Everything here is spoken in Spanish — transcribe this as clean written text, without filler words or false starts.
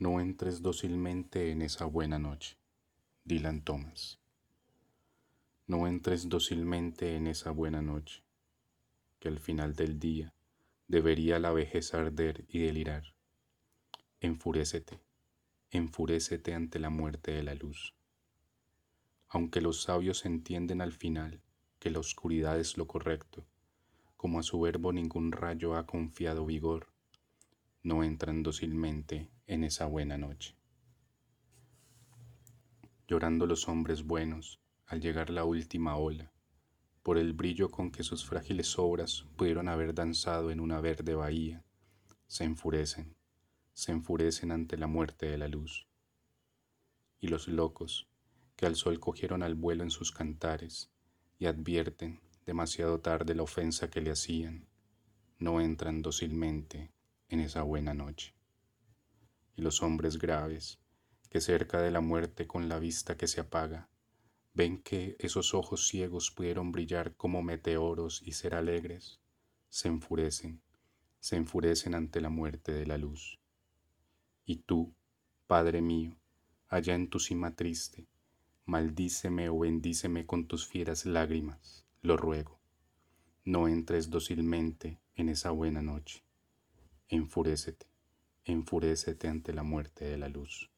No entres dócilmente en esa buena noche. Dylan Thomas. No entres dócilmente en esa buena noche, que al final del día debería la vejez arder y delirar. Enfurécete, enfurécete ante la muerte de la luz. Aunque los sabios entienden al final que la oscuridad es lo correcto, como a su verbo ningún rayo ha confiado vigor, no entran dócilmente en esa buena noche. Llorando los hombres buenos, al llegar la última ola, por el brillo con que sus frágiles obras pudieron haber danzado en una verde bahía, se enfurecen ante la muerte de la luz. Y los locos, que al sol cogieron al vuelo en sus cantares, y advierten demasiado tarde la ofensa que le hacían, no entran dócilmente en esa buena noche. Y los hombres graves, que cerca de la muerte con la vista que se apaga, ven que esos ojos ciegos pudieron brillar como meteoros y ser alegres, se enfurecen ante la muerte de la luz. Y tú, Padre mío, allá en tu cima triste, maldíceme o bendíceme con tus fieras lágrimas, lo ruego. No entres dócilmente en esa buena noche. Enfurécete, enfurécete ante la muerte de la luz.